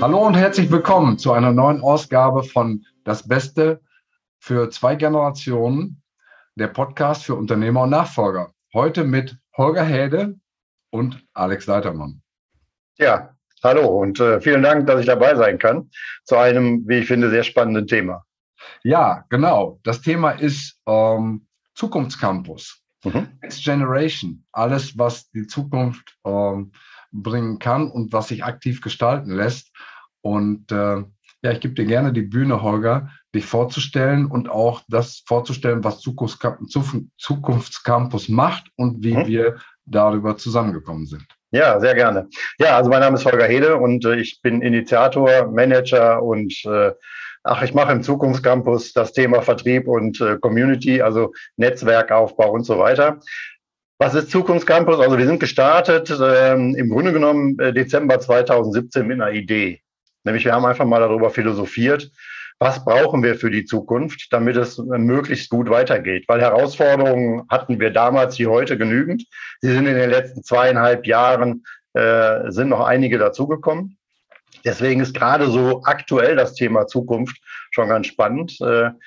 Hallo und herzlich willkommen zu einer neuen Ausgabe von Das Beste für zwei Generationen, der Podcast für Unternehmer und Nachfolger. Heute mit Holger Häde und Alex Leitermann. Ja, hallo und vielen Dank, dass ich dabei sein kann zu einem, wie ich finde, sehr spannenden Thema. Ja, genau. Das Thema ist Zukunftscampus, Next Generation, alles, was die Zukunft bringen kann und was sich aktiv gestalten lässt. Und ja, ich gebe dir gerne die Bühne, Holger, dich vorzustellen und auch das vorzustellen, was Zukunftscampus macht und wie wir darüber zusammengekommen sind. Ja, sehr gerne. Ja, also mein Name ist Holger Hede und ich bin Initiator, Manager und ich mache im Zukunftscampus das Thema Vertrieb und Community, also Netzwerkaufbau und so weiter. Was ist Zukunftscampus? Also wir sind gestartet im Grunde genommen Dezember 2017 mit einer Idee. Nämlich wir haben einfach mal darüber philosophiert, was brauchen wir für die Zukunft, damit es möglichst gut weitergeht. Weil Herausforderungen hatten wir damals wie heute genügend. Sie sind in den letzten 2,5 Jahren, sind noch einige dazugekommen. Deswegen ist gerade so aktuell das Thema Zukunft schon ganz spannend.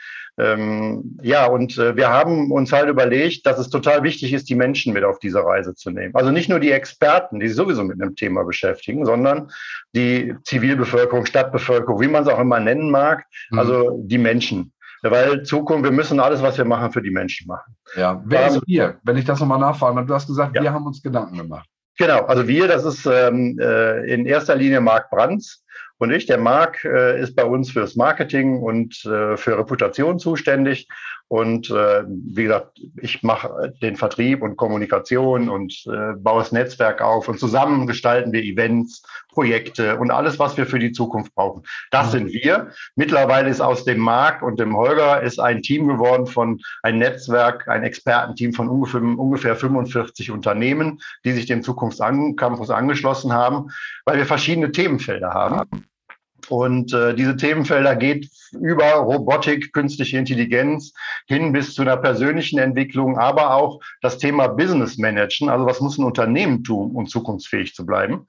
Wir haben uns halt überlegt, dass es total wichtig ist, die Menschen mit auf diese Reise zu nehmen. Also nicht nur die Experten, die sich sowieso mit einem Thema beschäftigen, sondern die Zivilbevölkerung, Stadtbevölkerung, wie man es auch immer nennen mag, also die Menschen. Weil Zukunft, wir müssen alles, was wir machen, für die Menschen machen. Ja, wer ist wir? Wenn ich das nochmal nachfragen darf, du hast gesagt, wir haben uns Gedanken gemacht. Genau, also wir, das ist in erster Linie Marc Brands und ich. Der Marc ist bei uns fürs Marketing und für Reputation zuständig. Und wie gesagt, ich mache den Vertrieb und Kommunikation und baue das Netzwerk auf. Und zusammen gestalten wir Events, Projekte und alles, was wir für die Zukunft brauchen. Das sind wir. Mittlerweile ist aus dem Marc und dem Holger ist ein Team geworden von ein Netzwerk, ein Expertenteam von ungefähr 45 Unternehmen, die sich dem Zukunftscampus angeschlossen haben, weil wir verschiedene Themenfelder haben. Und diese Themenfelder geht über Robotik, künstliche Intelligenz hin bis zu einer persönlichen Entwicklung, aber auch das Thema Business Managen. Also was muss ein Unternehmen tun, um zukunftsfähig zu bleiben?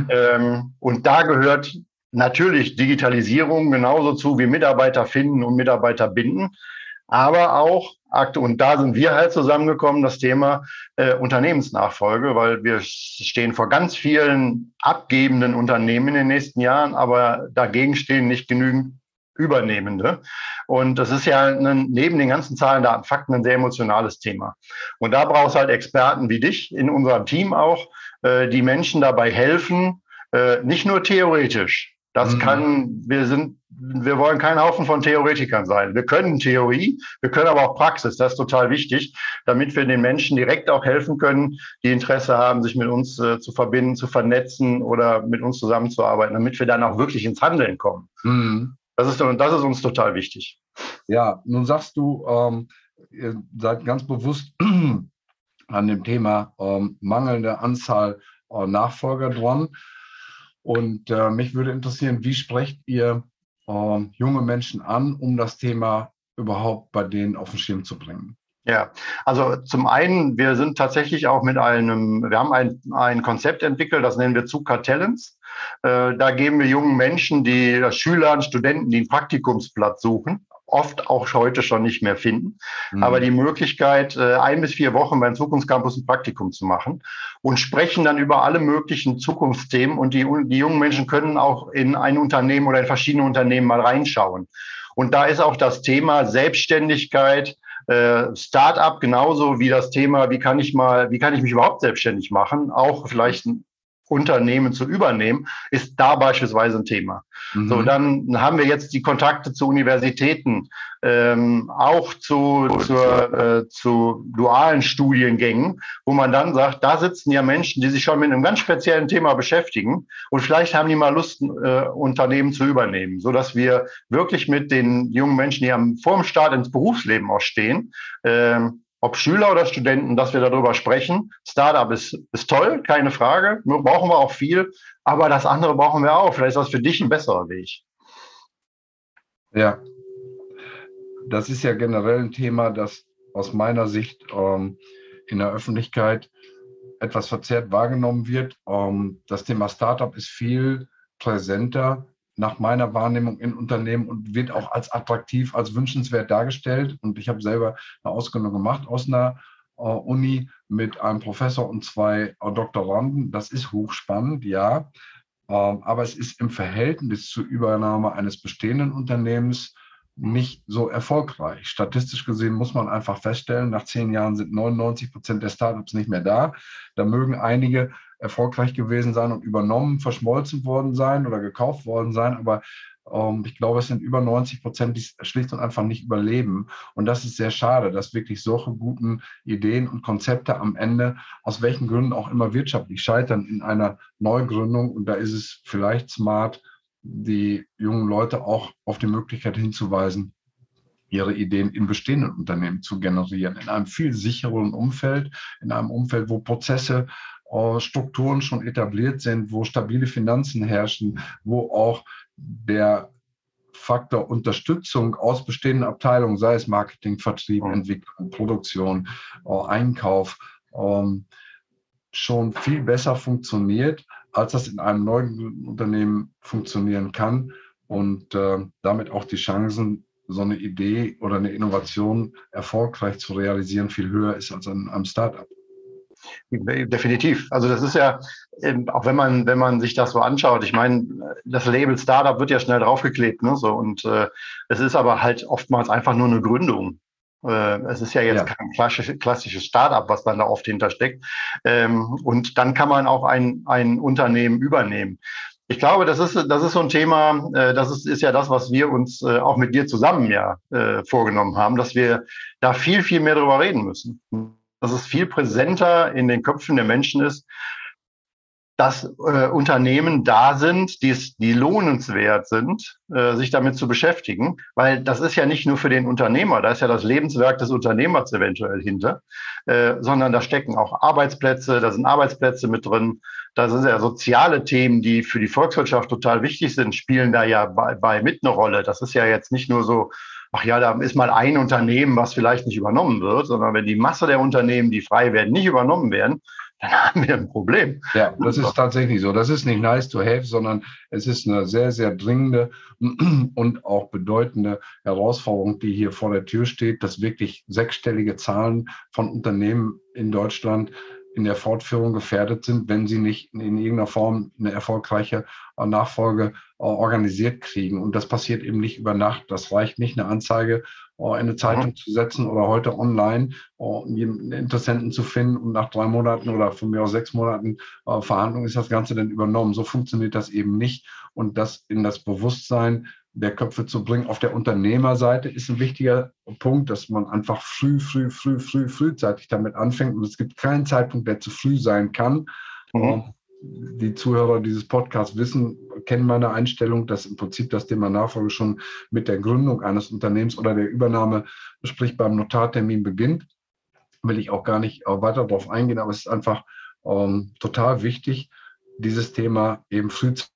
Und da gehört natürlich Digitalisierung genauso zu wie Mitarbeiter finden und Mitarbeiter binden. Aber auch, und da sind wir halt zusammengekommen, das Thema Unternehmensnachfolge, weil wir stehen vor ganz vielen abgebenden Unternehmen in den nächsten Jahren, aber dagegen stehen nicht genügend Übernehmende. Und das ist ja neben den ganzen Zahlen, Daten, Fakten ein sehr emotionales Thema. Und da brauchst du halt Experten wie dich in unserem Team auch, die Menschen dabei helfen, nicht nur theoretisch. Das kann, wir wollen kein Haufen von Theoretikern sein. Wir können Theorie, wir können aber auch Praxis. Das ist total wichtig, damit wir den Menschen direkt auch helfen können, die Interesse haben, sich mit uns zu verbinden, zu vernetzen oder mit uns zusammenzuarbeiten, damit wir dann auch wirklich ins Handeln kommen. Das ist uns total wichtig. Ja, nun sagst du, ihr seid ganz bewusst an dem Thema mangelnde Anzahl Nachfolger dran. Und mich würde interessieren, wie sprecht ihr junge Menschen an, um das Thema überhaupt bei denen auf den Schirm zu bringen? Ja, also zum einen, wir sind tatsächlich auch wir haben ein Konzept entwickelt, das nennen wir Zucker Talents. Da geben wir jungen Menschen, Schülern, Studenten, die einen Praktikumsplatz suchen, oft auch heute schon nicht mehr finden, aber die Möglichkeit, 1 bis 4 Wochen beim Zukunftscampus ein Praktikum zu machen und sprechen dann über alle möglichen Zukunftsthemen und die jungen Menschen können auch in ein Unternehmen oder in verschiedene Unternehmen mal reinschauen. Und da ist auch das Thema Selbstständigkeit, Start-up genauso wie das Thema, wie kann ich mich überhaupt selbstständig machen, auch vielleicht ein Unternehmen zu übernehmen, ist da beispielsweise ein Thema. So, dann haben wir jetzt die Kontakte zu Universitäten, auch zu dualen Studiengängen, wo man dann sagt, da sitzen ja Menschen, die sich schon mit einem ganz speziellen Thema beschäftigen und vielleicht haben die mal Lust, Unternehmen zu übernehmen, so dass wir wirklich mit den jungen Menschen, die vor dem Start ins Berufsleben auch stehen, ob Schüler oder Studenten, dass wir darüber sprechen. Startup ist toll, keine Frage, brauchen wir auch viel, aber das andere brauchen wir auch. Vielleicht ist das für dich ein besserer Weg. Ja, das ist ja generell ein Thema, das aus meiner Sicht in der Öffentlichkeit etwas verzerrt wahrgenommen wird. Das Thema Startup ist viel präsenter nach meiner Wahrnehmung in Unternehmen und wird auch als attraktiv, als wünschenswert dargestellt. Und ich habe selber eine Ausgründung gemacht aus einer Uni mit einem Professor und 2 Doktoranden. Das ist hochspannend, ja. Aber es ist im Verhältnis zur Übernahme eines bestehenden Unternehmens nicht so erfolgreich. Statistisch gesehen muss man einfach feststellen, nach 10 Jahren sind 99% der Startups nicht mehr da. Da mögen einige erfolgreich gewesen sein und übernommen, verschmolzen worden sein oder gekauft worden sein, aber ich glaube, es sind über 90%, die schlicht und einfach nicht überleben. Und das ist sehr schade, dass wirklich solche guten Ideen und Konzepte am Ende, aus welchen Gründen auch immer wirtschaftlich scheitern, in einer Neugründung. Und da ist es vielleicht smart, die jungen Leute auch auf die Möglichkeit hinzuweisen, ihre Ideen in bestehenden Unternehmen zu generieren, in einem viel sichereren Umfeld, in einem Umfeld, wo Prozesse, Strukturen schon etabliert sind, wo stabile Finanzen herrschen, wo auch der Faktor Unterstützung aus bestehenden Abteilungen, sei es Marketing, Vertrieb, Entwicklung, Produktion, Einkauf, schon viel besser funktioniert, als das in einem neuen Unternehmen funktionieren kann und damit auch die Chancen, so eine Idee oder eine Innovation erfolgreich zu realisieren, viel höher ist als an einem Startup. Definitiv. Also das ist ja, auch wenn man sich das so anschaut, ich meine, das Label Startup wird ja schnell draufgeklebt, ne? So, und es ist aber halt oftmals einfach nur eine Gründung. Es ist ja jetzt kein klassisches Startup, was dann da oft hintersteckt. Und dann kann man auch ein Unternehmen übernehmen. Ich glaube, das ist so ein Thema, das ist ja das, was wir uns auch mit dir zusammen vorgenommen haben, dass wir da viel, viel mehr drüber reden müssen. Dass es viel präsenter in den Köpfen der Menschen ist, dass Unternehmen da sind, die lohnenswert sind, sich damit zu beschäftigen, weil das ist ja nicht nur für den Unternehmer, da ist ja das Lebenswerk des Unternehmers eventuell hinter, sondern da stecken auch Arbeitsplätze, da sind Arbeitsplätze mit drin, da sind ja soziale Themen, die für die Volkswirtschaft total wichtig sind, spielen da ja bei mit eine Rolle. Das ist ja jetzt nicht nur so, ach ja, da ist mal ein Unternehmen, was vielleicht nicht übernommen wird, sondern wenn die Masse der Unternehmen, die frei werden, nicht übernommen werden, dann haben wir ein Problem. Ja, das ist tatsächlich so. Das ist nicht nice to have, sondern es ist eine sehr, sehr dringende und auch bedeutende Herausforderung, die hier vor der Tür steht, dass wirklich 6-stellige Zahlen von Unternehmen in Deutschland in der Fortführung gefährdet sind, wenn sie nicht in irgendeiner Form eine erfolgreiche Nachfolge organisiert kriegen. Und das passiert eben nicht über Nacht. Das reicht nicht, eine Anzeige in eine Zeitung zu setzen oder heute online einen Interessenten zu finden und nach 3 Monaten oder von mir aus 6 Monaten Verhandlung ist das Ganze dann übernommen. So funktioniert das eben nicht. Und das in das Bewusstsein der Köpfe zu bringen. Auf der Unternehmerseite ist ein wichtiger Punkt, dass man einfach frühzeitig damit anfängt. Und es gibt keinen Zeitpunkt, der zu früh sein kann. Die Zuhörer dieses Podcasts kennen meine Einstellung, dass im Prinzip das Thema Nachfolge schon mit der Gründung eines Unternehmens oder der Übernahme, sprich beim Notartermin beginnt. Will ich auch gar nicht weiter darauf eingehen, aber es ist einfach total wichtig, dieses Thema eben frühzeitig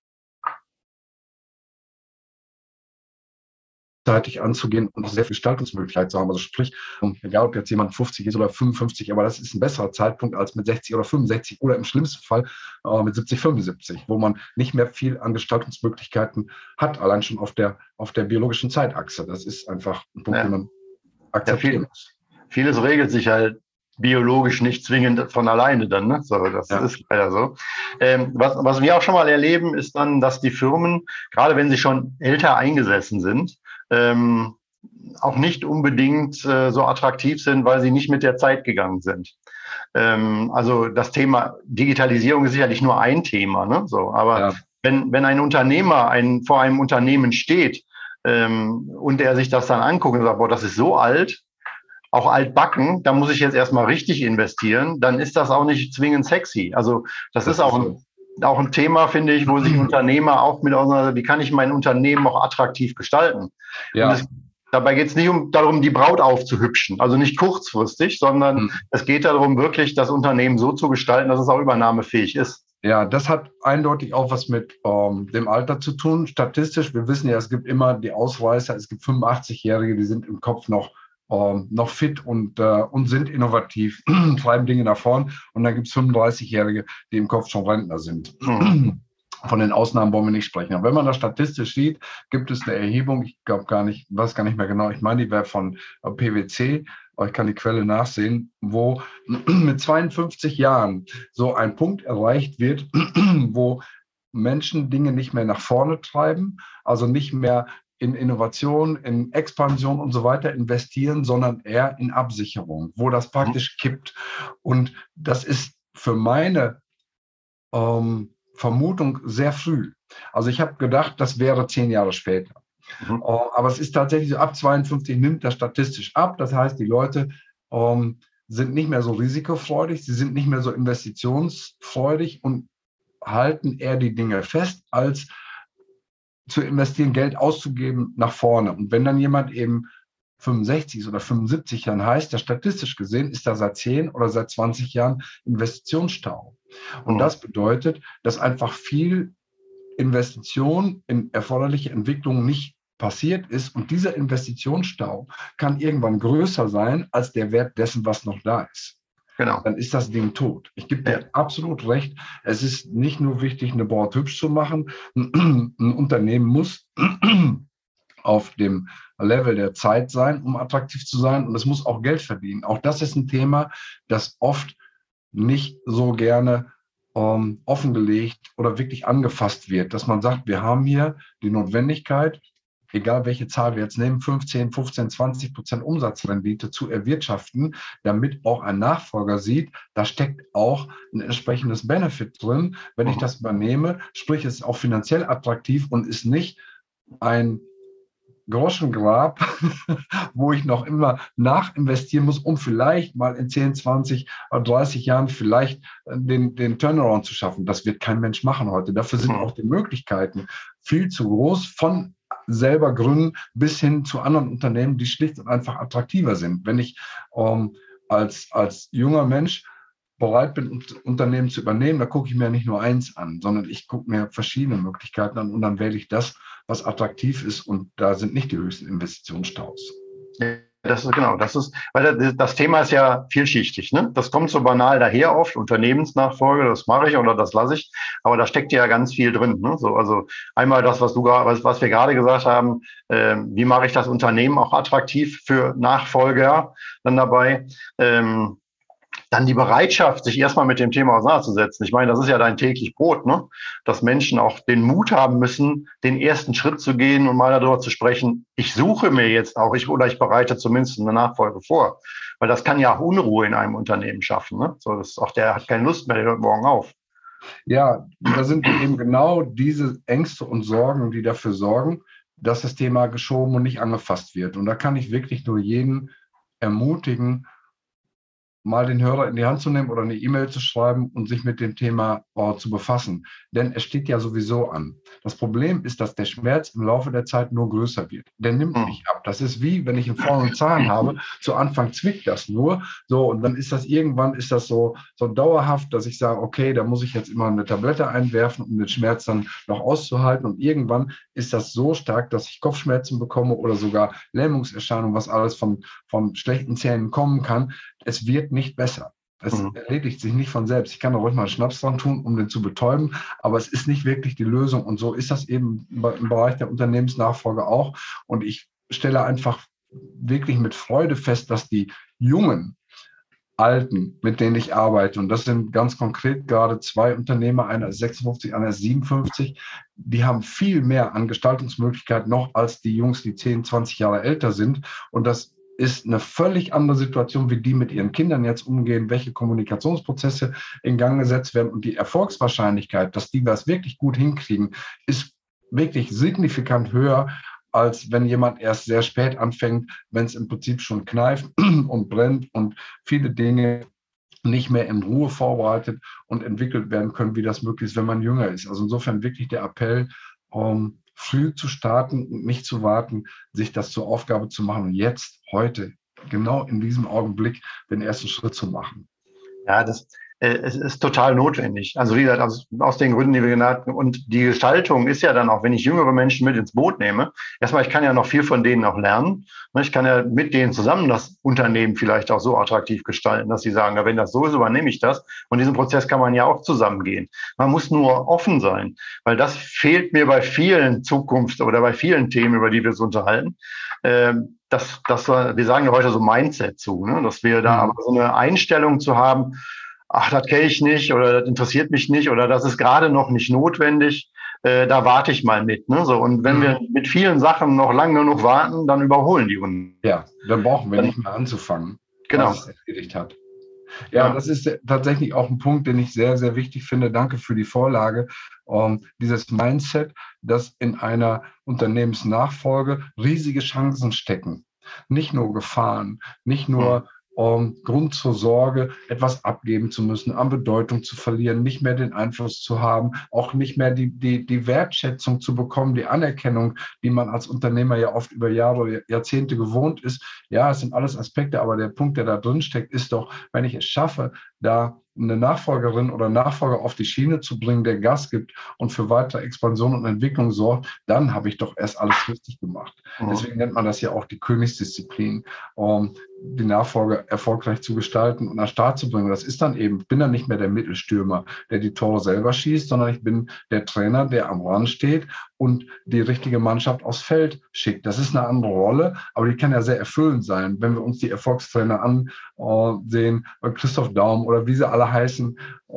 anzugehen und sehr viel Gestaltungsmöglichkeit zu haben. Also sprich, egal ob jetzt jemand 50 ist oder 55, aber das ist ein besserer Zeitpunkt als mit 60 oder 65 oder im schlimmsten Fall mit 70, 75, wo man nicht mehr viel an Gestaltungsmöglichkeiten hat, allein schon auf der biologischen Zeitachse. Das ist einfach ein Punkt, den man akzeptieren muss. Vieles regelt sich halt biologisch nicht zwingend von alleine dann, ne? So, das ist leider so. Was wir auch schon mal erleben, ist dann, dass die Firmen, gerade wenn sie schon älter eingesessen sind, auch nicht unbedingt so attraktiv sind, weil sie nicht mit der Zeit gegangen sind. Also das Thema Digitalisierung ist sicherlich nur ein Thema, ne? So, aber wenn ein Unternehmer vor einem Unternehmen steht und er sich das dann anguckt und sagt, boah, das ist so alt, auch altbacken, da muss ich jetzt erstmal richtig investieren, dann ist das auch nicht zwingend sexy. Also das ist auch ein Thema, finde ich, wo sich Unternehmer auch mit auseinandersetzen, wie kann ich mein Unternehmen auch attraktiv gestalten? Ja. Und dabei geht es nicht darum, die Braut aufzuhübschen, also nicht kurzfristig, sondern es geht darum, wirklich das Unternehmen so zu gestalten, dass es auch übernahmefähig ist. Ja, das hat eindeutig auch was mit dem Alter zu tun. Statistisch, wir wissen ja, es gibt immer die Ausreißer, es gibt 85-Jährige, die sind im Kopf noch fit und sind innovativ, treiben Dinge nach vorn. Und dann gibt es 35-Jährige, die im Kopf schon Rentner sind. Von den Ausnahmen wollen wir nicht sprechen. Aber wenn man das statistisch sieht, gibt es eine Erhebung, ich glaube gar nicht, weiß gar nicht mehr genau, ich meine, die wäre von PwC, aber ich kann die Quelle nachsehen, wo mit 52 Jahren so ein Punkt erreicht wird, wo Menschen Dinge nicht mehr nach vorne treiben, also nicht mehr in Innovation, in Expansion und so weiter investieren, sondern eher in Absicherung, wo das praktisch kippt. Und das ist für meine Vermutung sehr früh. Also ich habe gedacht, das wäre 10 Jahre später. Aber es ist tatsächlich so, ab 52 nimmt das statistisch ab. Das heißt, die Leute sind nicht mehr so risikofreudig, sie sind nicht mehr so investitionsfreudig und halten eher die Dinge fest, als zu investieren, Geld auszugeben nach vorne. Und wenn dann jemand eben 65 oder 75 Jahren heißt, ja statistisch gesehen ist da seit 10 oder seit 20 Jahren Investitionsstau. Und das bedeutet, dass einfach viel Investition in erforderliche Entwicklungen nicht passiert ist. Und dieser Investitionsstau kann irgendwann größer sein als der Wert dessen, was noch da ist. Genau. Dann ist das Ding tot. Ich gebe dir absolut recht. Es ist nicht nur wichtig, eine Board hübsch zu machen. Ein Unternehmen muss auf dem Level der Zeit sein, um attraktiv zu sein. Und es muss auch Geld verdienen. Auch das ist ein Thema, das oft nicht so gerne offengelegt oder wirklich angefasst wird, dass man sagt, wir haben hier die Notwendigkeit, egal welche Zahl wir jetzt nehmen, 15, 15, 20% Umsatzrendite zu erwirtschaften, damit auch ein Nachfolger sieht, da steckt auch ein entsprechendes Benefit drin, wenn ich das übernehme, sprich es ist auch finanziell attraktiv und ist nicht ein Groschengrab, wo ich noch immer nachinvestieren muss, um vielleicht mal in 10, 20 oder 30 Jahren vielleicht den Turnaround zu schaffen. Das wird kein Mensch machen heute. Dafür sind auch die Möglichkeiten viel zu groß, von selber gründen bis hin zu anderen Unternehmen, die schlicht und einfach attraktiver sind. Wenn ich als junger Mensch bereit bin, Unternehmen zu übernehmen, da gucke ich mir nicht nur eins an, sondern ich gucke mir verschiedene Möglichkeiten an und dann wähle ich das, was attraktiv ist, und da sind nicht die höchsten Investitionsstaus. Das ist genau, weil das Thema ist ja vielschichtig, ne? Das kommt so banal daher oft, Unternehmensnachfolge, das mache ich oder das lasse ich, aber da steckt ja ganz viel drin, ne? So, also einmal das, was wir gerade gesagt haben, wie mache ich das Unternehmen auch attraktiv für Nachfolger dann dabei, dann die Bereitschaft, sich erstmal mit dem Thema auseinanderzusetzen. Ich meine, das ist ja dein täglich Brot, ne? Dass Menschen auch den Mut haben müssen, den ersten Schritt zu gehen und mal darüber zu sprechen, ich suche mir jetzt auch, ich bereite zumindest eine Nachfolge vor. Weil das kann ja auch Unruhe in einem Unternehmen schaffen, ne? So, das ist auch, der hat keine Lust mehr, der hört morgen auf. Ja, da sind eben genau diese Ängste und Sorgen, die dafür sorgen, dass das Thema geschoben und nicht angefasst wird. Und da kann ich wirklich nur jeden ermutigen, mal den Hörer in die Hand zu nehmen oder eine E-Mail zu schreiben und sich mit dem Thema zu befassen. Denn es steht ja sowieso an. Das Problem ist, dass der Schmerz im Laufe der Zeit nur größer wird. Der nimmt nicht ab. Das ist wie, wenn ich einen faulen Zahn habe. Zu Anfang zwickt das nur. So, und dann ist das irgendwann so dauerhaft, dass ich sage, okay, da muss ich jetzt immer eine Tablette einwerfen, um den Schmerz dann noch auszuhalten. Und irgendwann ist das so stark, dass ich Kopfschmerzen bekomme oder sogar Lähmungserscheinungen, was alles von schlechten Zähnen kommen kann. Es wird nicht besser. Es erledigt sich nicht von selbst. Ich kann da ruhig mal einen Schnaps dran tun, um den zu betäuben, aber es ist nicht wirklich die Lösung. Und so ist das eben im Bereich der Unternehmensnachfolge auch. Und ich stelle einfach wirklich mit Freude fest, dass die jungen Alten, mit denen ich arbeite, und das sind ganz konkret gerade 2 Unternehmer, einer ist 56, einer ist 57, die haben viel mehr an Gestaltungsmöglichkeiten noch als die Jungs, die 10, 20 Jahre älter sind. Und das ist eine völlig andere Situation, wie die mit ihren Kindern jetzt umgehen, welche Kommunikationsprozesse in Gang gesetzt werden. Und die Erfolgswahrscheinlichkeit, dass die das wirklich gut hinkriegen, ist wirklich signifikant höher, als wenn jemand erst sehr spät anfängt, wenn es im Prinzip schon kneift und brennt und viele Dinge nicht mehr in Ruhe vorbereitet und entwickelt werden können, wie das möglich ist, wenn man jünger ist. Also insofern wirklich der Appell, früh zu starten und nicht zu warten, sich das zur Aufgabe zu machen und jetzt, heute, genau in diesem Augenblick den ersten Schritt zu machen. Ja, es ist total notwendig. Also wie gesagt, aus den Gründen, die wir genannt haben. Und die Gestaltung ist ja dann auch, wenn ich jüngere Menschen mit ins Boot nehme, erstmal, ich kann ja noch viel von denen auch lernen. Ich kann ja mit denen zusammen das Unternehmen vielleicht auch so attraktiv gestalten, dass sie sagen, ja, wenn das so ist, übernehme ich das. Und diesen Prozess kann man ja auch zusammengehen. Man muss nur offen sein, weil das fehlt mir bei vielen oder bei vielen Themen, über die wir uns unterhalten. Wir sagen ja heute so Mindset zu, ne? Dass wir da aber so eine Einstellung zu haben, ach, das kenne ich nicht oder das interessiert mich nicht oder das ist gerade noch nicht notwendig, da warte ich mal mit. Ne? So, und wenn wir mit vielen Sachen noch lange genug warten, dann überholen die uns. Ja, dann brauchen wir nicht mehr anzufangen, genau, was es erledigt hat. Ja, das ist tatsächlich auch ein Punkt, den ich sehr, sehr wichtig finde. Danke für die Vorlage. Dieses Mindset, dass in einer Unternehmensnachfolge riesige Chancen stecken. Nicht nur Gefahren, nicht nur Grund zur Sorge, etwas abgeben zu müssen, an Bedeutung zu verlieren, nicht mehr den Einfluss zu haben, auch nicht mehr die Wertschätzung zu bekommen, die Anerkennung, die man als Unternehmer ja oft über Jahre, Jahrzehnte gewohnt ist. Ja, es sind alles Aspekte, aber der Punkt, der da drin steckt, ist doch, wenn ich es schaffe, da eine Nachfolgerin oder Nachfolger auf die Schiene zu bringen, der Gas gibt und für weitere Expansion und Entwicklung sorgt, dann habe ich doch erst alles richtig gemacht. Deswegen nennt man das ja auch die Königsdisziplin, die Nachfolge erfolgreich zu gestalten und an den Start zu bringen. Das ist dann eben, ich bin dann nicht mehr der Mittelstürmer, der die Tore selber schießt, sondern ich bin der Trainer, der am Rand steht und die richtige Mannschaft aufs Feld schickt. Das ist eine andere Rolle, aber die kann ja sehr erfüllend sein. Wenn wir uns die Erfolgstrainer ansehen, Christoph Daum oder wie sie alle heißen,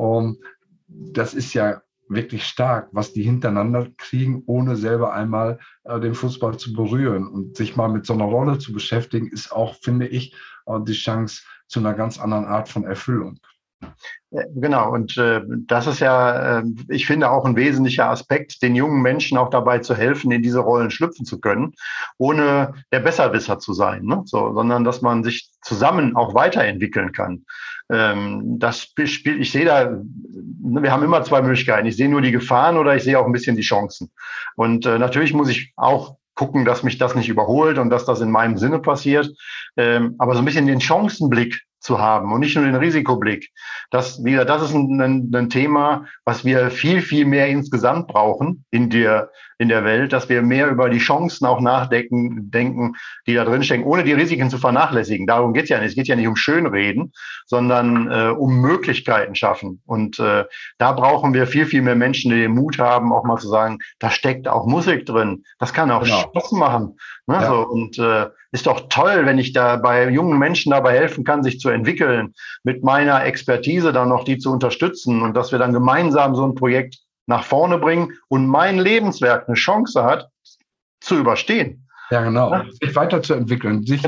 das ist ja wirklich stark, was die hintereinander kriegen, ohne selber einmal den Fußball zu berühren. Und sich mal mit so einer Rolle zu beschäftigen, ist auch, finde ich, die Chance zu einer ganz anderen Art von Erfüllung. Genau, und das ist ja, ich finde, auch ein wesentlicher Aspekt, den jungen Menschen auch dabei zu helfen, in diese Rollen schlüpfen zu können, ohne der Besserwisser zu sein, ne? So, sondern dass man sich zusammen auch weiterentwickeln kann. Ich sehe da, wir haben immer zwei Möglichkeiten. Ich sehe nur die Gefahren oder ich sehe auch ein bisschen die Chancen. Und natürlich muss ich auch gucken, dass mich das nicht überholt und dass das in meinem Sinne passiert. Aber so ein bisschen den Chancenblick zu haben und nicht nur den Risikoblick. Das ist ein Thema, was wir viel, viel mehr insgesamt brauchen in der Welt, dass wir mehr über die Chancen auch denken, die da drin stecken, ohne die Risiken zu vernachlässigen. Darum geht's ja nicht. Es geht ja nicht um Schönreden, sondern um Möglichkeiten schaffen. Und da brauchen wir viel, viel mehr Menschen, die den Mut haben, auch mal zu sagen, da steckt auch Musik drin. Das kann auch Spaß machen. Ne? Ja. So, und ist doch toll, wenn ich da bei jungen Menschen dabei helfen kann, sich zu entwickeln, mit meiner Expertise dann noch die zu unterstützen und dass wir dann gemeinsam so ein Projekt nach vorne bringen und mein Lebenswerk eine Chance hat, zu überstehen. Ja, genau. Ja? Sich weiterzuentwickeln, sich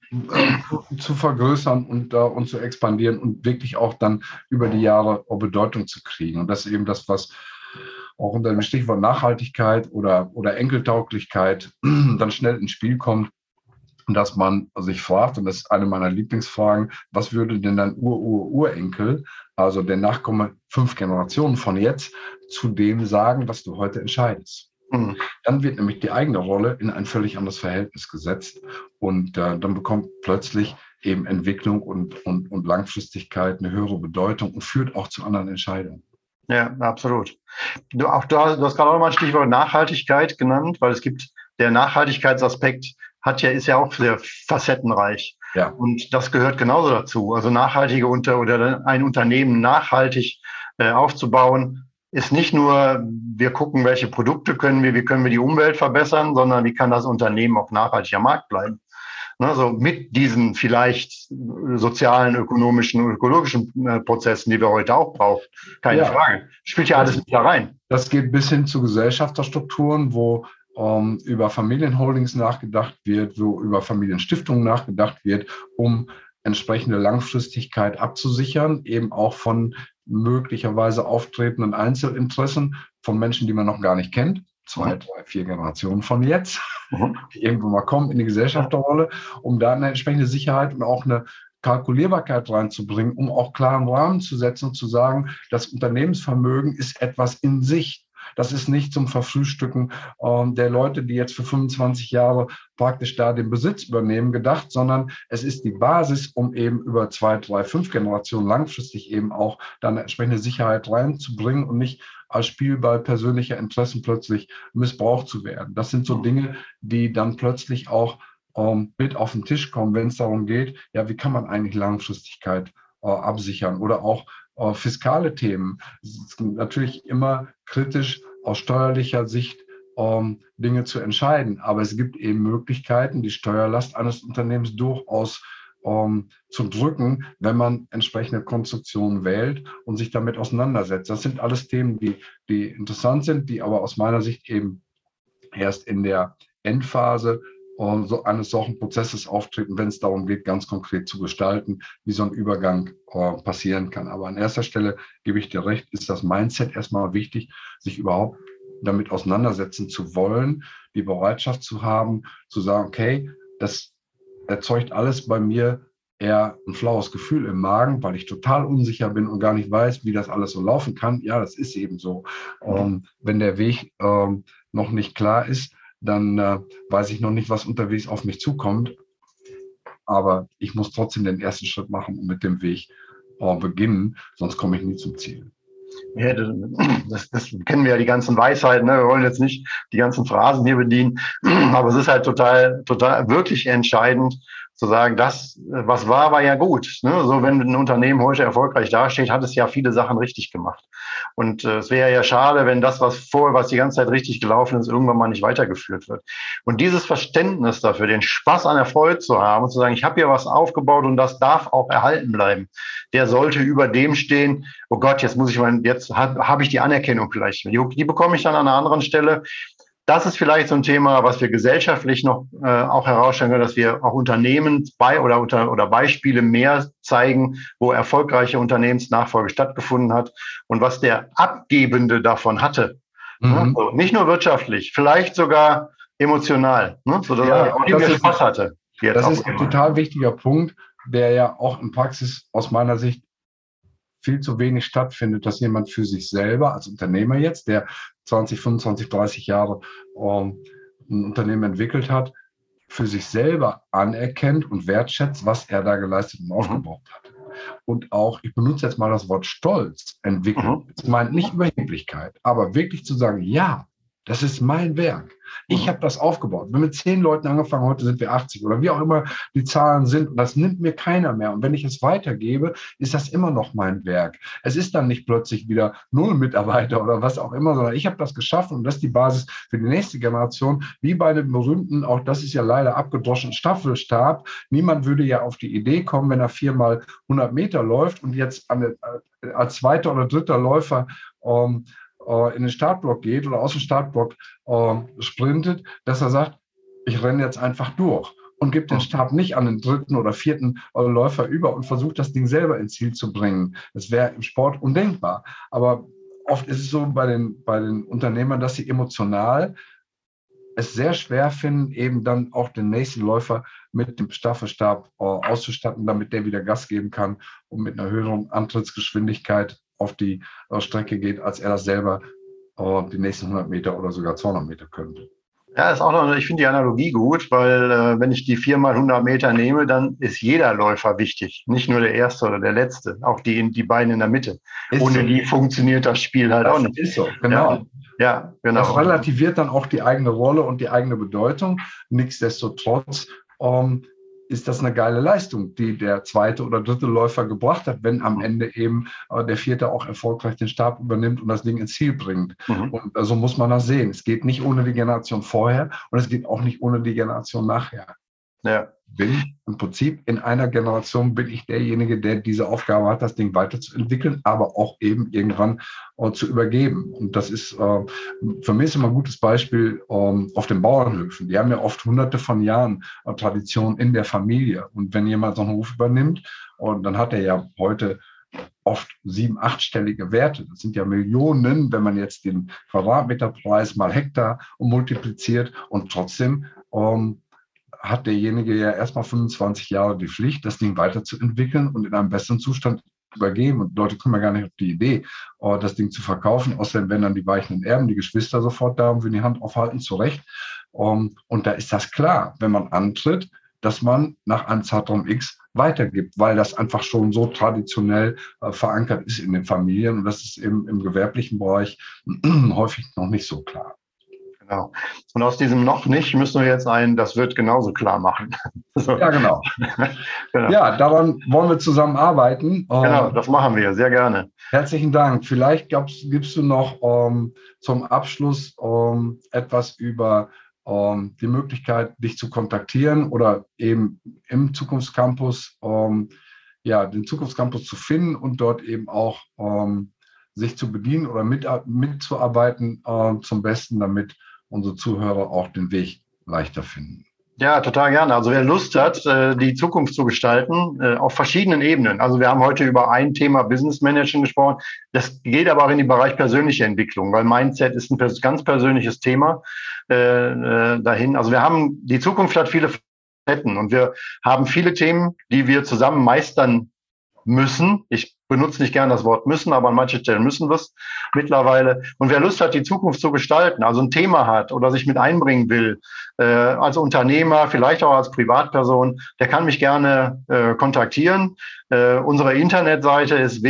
zu vergrößern und zu expandieren und wirklich auch dann über die Jahre auch Bedeutung zu kriegen. Und das ist eben das, was auch unter dem Stichwort Nachhaltigkeit oder Enkeltauglichkeit dann schnell ins Spiel kommt. Und dass man sich fragt, und das ist eine meiner Lieblingsfragen, was würde denn dein Urenkel, also der Nachkomme 5 Generationen von jetzt, zu dem sagen, was du heute entscheidest? Mhm. Dann wird nämlich die eigene Rolle in ein völlig anderes Verhältnis gesetzt und dann bekommt plötzlich eben Entwicklung und Langfristigkeit eine höhere Bedeutung und führt auch zu anderen Entscheidungen. Ja, absolut. Du hast gerade auch mal ein Stichwort Nachhaltigkeit genannt, weil es gibt der Nachhaltigkeitsaspekt ist ja auch sehr facettenreich. Ja. Und das gehört genauso dazu. Also nachhaltige oder ein Unternehmen nachhaltig aufzubauen, ist nicht nur, wir gucken, welche Produkte wie können wir die Umwelt verbessern, sondern wie kann das Unternehmen auch nachhaltig am Markt bleiben. Also mit diesen vielleicht sozialen, ökonomischen und ökologischen Prozessen, die wir heute auch brauchen. Keine Frage. Spielt ja alles mit da rein. Das geht bis hin zu Gesellschafterstrukturen, wo über Familienholdings nachgedacht wird, wo über Familienstiftungen nachgedacht wird, um entsprechende Langfristigkeit abzusichern, eben auch von möglicherweise auftretenden Einzelinteressen von Menschen, die man noch gar nicht kennt. 2, 3, 4 Generationen von jetzt, die irgendwo mal kommen in die Gesellschafterrolle, um da eine entsprechende Sicherheit und auch eine Kalkulierbarkeit reinzubringen, um auch klaren Rahmen zu setzen und zu sagen, das Unternehmensvermögen ist etwas in sich. Das ist nicht zum Verfrühstücken der Leute, die jetzt für 25 Jahre praktisch da den Besitz übernehmen, gedacht, sondern es ist die Basis, um eben über 2, 3, 5 Generationen langfristig eben auch dann eine entsprechende Sicherheit reinzubringen und nicht als Spielball persönlicher Interessen plötzlich missbraucht zu werden. Das sind so Dinge, die dann plötzlich auch mit auf den Tisch kommen, wenn es darum geht, ja, wie kann man eigentlich Langfristigkeit absichern oder auch fiskale Themen. Es ist natürlich immer kritisch aus steuerlicher Sicht Dinge zu entscheiden, aber es gibt eben Möglichkeiten, die Steuerlast eines Unternehmens durchaus zu drücken, wenn man entsprechende Konstruktionen wählt und sich damit auseinandersetzt. Das sind alles Themen, die interessant sind, die aber aus meiner Sicht eben erst in der Endphase so eines solchen Prozesses auftreten, wenn es darum geht, ganz konkret zu gestalten, wie so ein Übergang passieren kann. Aber an erster Stelle gebe ich dir recht, ist das Mindset erstmal wichtig, sich überhaupt damit auseinandersetzen zu wollen, die Bereitschaft zu haben, zu sagen, okay, das erzeugt alles bei mir eher ein flaues Gefühl im Magen, weil ich total unsicher bin und gar nicht weiß, wie das alles so laufen kann. Ja, das ist eben so. Wenn der Weg noch nicht klar ist, dann weiß ich noch nicht, was unterwegs auf mich zukommt. Aber ich muss trotzdem den ersten Schritt machen und mit dem Weg beginnen, sonst komme ich nie zum Ziel. Ja, das kennen wir ja, die ganzen Weisheiten. Ne? Wir wollen jetzt nicht die ganzen Phrasen hier bedienen, aber es ist halt total wirklich entscheidend zu sagen, das, was war ja gut. Ne? So, wenn ein Unternehmen heute erfolgreich dasteht, hat es ja viele Sachen richtig gemacht. Und es wäre ja schade, wenn das, was die ganze Zeit richtig gelaufen ist, irgendwann mal nicht weitergeführt wird. Und dieses Verständnis dafür, den Spaß an Erfolg zu haben und zu sagen, ich habe hier was aufgebaut und das darf auch erhalten bleiben, der sollte über dem stehen, oh Gott, jetzt habe ich die Anerkennung vielleicht. Die bekomme ich dann an einer anderen Stelle. Das ist vielleicht so ein Thema, was wir gesellschaftlich noch auch herausstellen können, dass wir auch Unternehmen oder Beispiele mehr zeigen, wo erfolgreiche Unternehmensnachfolge stattgefunden hat und was der Abgebende davon hatte. Ne? Also nicht nur wirtschaftlich, vielleicht sogar emotional, ne? Sodass er auch viel Spaß hatte. Das ist ein total wichtiger Punkt, der ja auch in Praxis aus meiner Sicht viel zu wenig stattfindet, dass jemand für sich selber als Unternehmer jetzt, der 20, 25, 30 Jahre ein Unternehmen entwickelt hat, für sich selber anerkennt und wertschätzt, was er da geleistet und aufgebaut hat. Und auch, ich benutze jetzt mal das Wort Stolz entwickeln. Das meint nicht Überheblichkeit, aber wirklich zu sagen, ja, das ist mein Werk. Ich habe das aufgebaut. Wir haben mit 10 Leuten angefangen, heute sind wir 80 oder wie auch immer die Zahlen sind. Und das nimmt mir keiner mehr. Und wenn ich es weitergebe, ist das immer noch mein Werk. Es ist dann nicht plötzlich wieder 0 Mitarbeiter oder was auch immer, sondern ich habe das geschaffen und das ist die Basis für die nächste Generation. Wie bei dem berühmten, auch das ist ja leider abgedroschen, Staffelstab. Niemand würde ja auf die Idee kommen, wenn er 4 mal 100 Meter läuft und jetzt als zweiter oder dritter Läufer in den Startblock geht oder aus dem Startblock sprintet, dass er sagt, ich renne jetzt einfach durch und gibt den Stab nicht an den dritten oder vierten Läufer über und versucht, das Ding selber ins Ziel zu bringen. Das wäre im Sport undenkbar. Aber oft ist es so bei den Unternehmern, dass sie emotional es sehr schwer finden, eben dann auch den nächsten Läufer mit dem Staffelstab auszustatten, damit der wieder Gas geben kann und mit einer höheren Antrittsgeschwindigkeit auf die Strecke geht, als er das selber die nächsten 100 Meter oder sogar 200 Meter könnte. Ja, ist auch noch, ich finde die Analogie gut, weil wenn ich die 4 mal 100 Meter nehme, dann ist jeder Läufer wichtig, nicht nur der Erste oder der Letzte, auch die beiden in der Mitte. Ohne die funktioniert das Spiel halt auch nicht. Ist so, genau. Ja, genau. Das relativiert dann auch die eigene Rolle und die eigene Bedeutung. Nichtsdestotrotz ist das eine geile Leistung, die der zweite oder dritte Läufer gebracht hat, wenn am Ende eben der vierte auch erfolgreich den Stab übernimmt und das Ding ins Ziel bringt. Und so muss man das sehen. Es geht nicht ohne die Generation vorher und es geht auch nicht ohne die Generation nachher. Ja. Im Prinzip in einer Generation bin ich derjenige, der diese Aufgabe hat, das Ding weiterzuentwickeln, aber auch eben irgendwann zu übergeben. Und das ist für mich immer ein gutes Beispiel auf den Bauernhöfen. Die haben ja oft hunderte von Jahren Tradition in der Familie. Und wenn jemand so einen Hof übernimmt, und dann hat er ja heute oft 7-, 8-stellige Werte. Das sind ja Millionen, wenn man jetzt den Quadratmeterpreis mal Hektar multipliziert und trotzdem hat derjenige ja erstmal 25 Jahre die Pflicht, das Ding weiterzuentwickeln und in einem besseren Zustand übergeben und Leute kommen ja gar nicht auf die Idee, das Ding zu verkaufen, außerdem wenn dann die weichen Erben, die Geschwister sofort da und wir die Hand aufhalten, zurecht. Und da ist das klar, wenn man antritt, dass man nach einem Zeitraum X weitergibt, weil das einfach schon so traditionell verankert ist in den Familien und das ist im gewerblichen Bereich häufig noch nicht so klar. Genau. Und aus diesem noch nicht müssen wir jetzt das wird genauso klar machen. So. Ja, genau. Genau. Ja, daran wollen wir zusammenarbeiten. Genau, das machen wir, sehr gerne. Herzlichen Dank. Vielleicht gibst du noch zum Abschluss etwas über die Möglichkeit, dich zu kontaktieren oder eben im Zukunftscampus, den Zukunftscampus zu finden und dort eben auch sich zu bedienen oder mitzuarbeiten zum Besten, damit unsere Zuhörer auch den Weg leichter finden. Ja, total gerne. Also wer Lust hat, die Zukunft zu gestalten, auf verschiedenen Ebenen. Also wir haben heute über ein Thema Business Management gesprochen. Das geht aber auch in den Bereich persönliche Entwicklung, weil Mindset ist ein ganz persönliches Thema dahin. Also die Zukunft hat viele Facetten und wir haben viele Themen, die wir zusammen meistern müssen. Ich benutze nicht gerne das Wort müssen, aber an manchen Stellen müssen wir es mittlerweile. Und wer Lust hat, die Zukunft zu gestalten, also ein Thema hat oder sich mit einbringen will, als Unternehmer, vielleicht auch als Privatperson, der kann mich gerne kontaktieren. Unsere Internetseite ist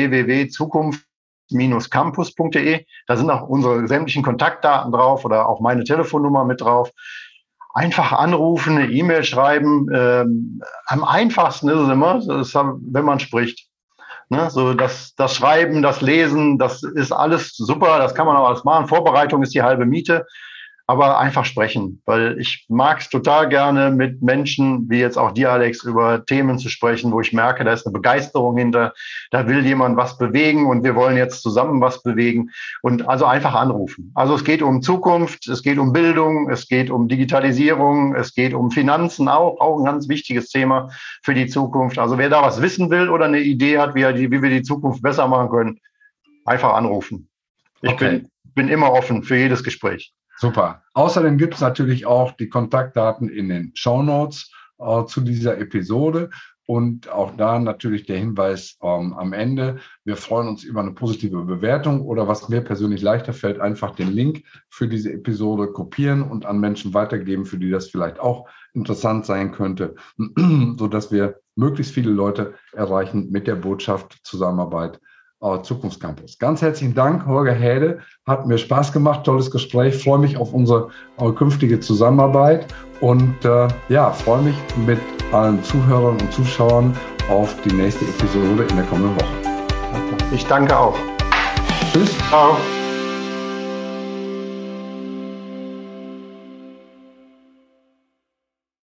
www.zukunft-campus.de. Da sind auch unsere sämtlichen Kontaktdaten drauf oder auch meine Telefonnummer mit drauf. Einfach anrufen, eine E-Mail schreiben. Am einfachsten ist es immer, wenn man spricht. Ne, so das Schreiben, das Lesen, das ist alles super, das kann man auch alles machen. Vorbereitung ist die halbe Miete, aber einfach sprechen, weil ich mag es total gerne, mit Menschen, wie jetzt auch dir, Alex, über Themen zu sprechen, wo ich merke, da ist eine Begeisterung hinter, da will jemand was bewegen und wir wollen jetzt zusammen was bewegen und also einfach anrufen. Also es geht um Zukunft, es geht um Bildung, es geht um Digitalisierung, es geht um Finanzen, auch ein ganz wichtiges Thema für die Zukunft. Also wer da was wissen will oder eine Idee hat, wie wir die Zukunft besser machen können, einfach anrufen. Ich bin immer offen für jedes Gespräch. Super. Außerdem gibt es natürlich auch die Kontaktdaten in den Shownotes zu dieser Episode und auch da natürlich der Hinweis am Ende. Wir freuen uns über eine positive Bewertung oder was mir persönlich leichter fällt, einfach den Link für diese Episode kopieren und an Menschen weitergeben, für die das vielleicht auch interessant sein könnte, sodass wir möglichst viele Leute erreichen mit der Botschaft Zusammenarbeit Zukunftscampus. Ganz herzlichen Dank, Holger Häde. Hat mir Spaß gemacht, tolles Gespräch. Freue mich auf unsere künftige Zusammenarbeit und freue mich mit allen Zuhörern und Zuschauern auf die nächste Episode in der kommenden Woche. Ich danke auch. Tschüss. Ciao.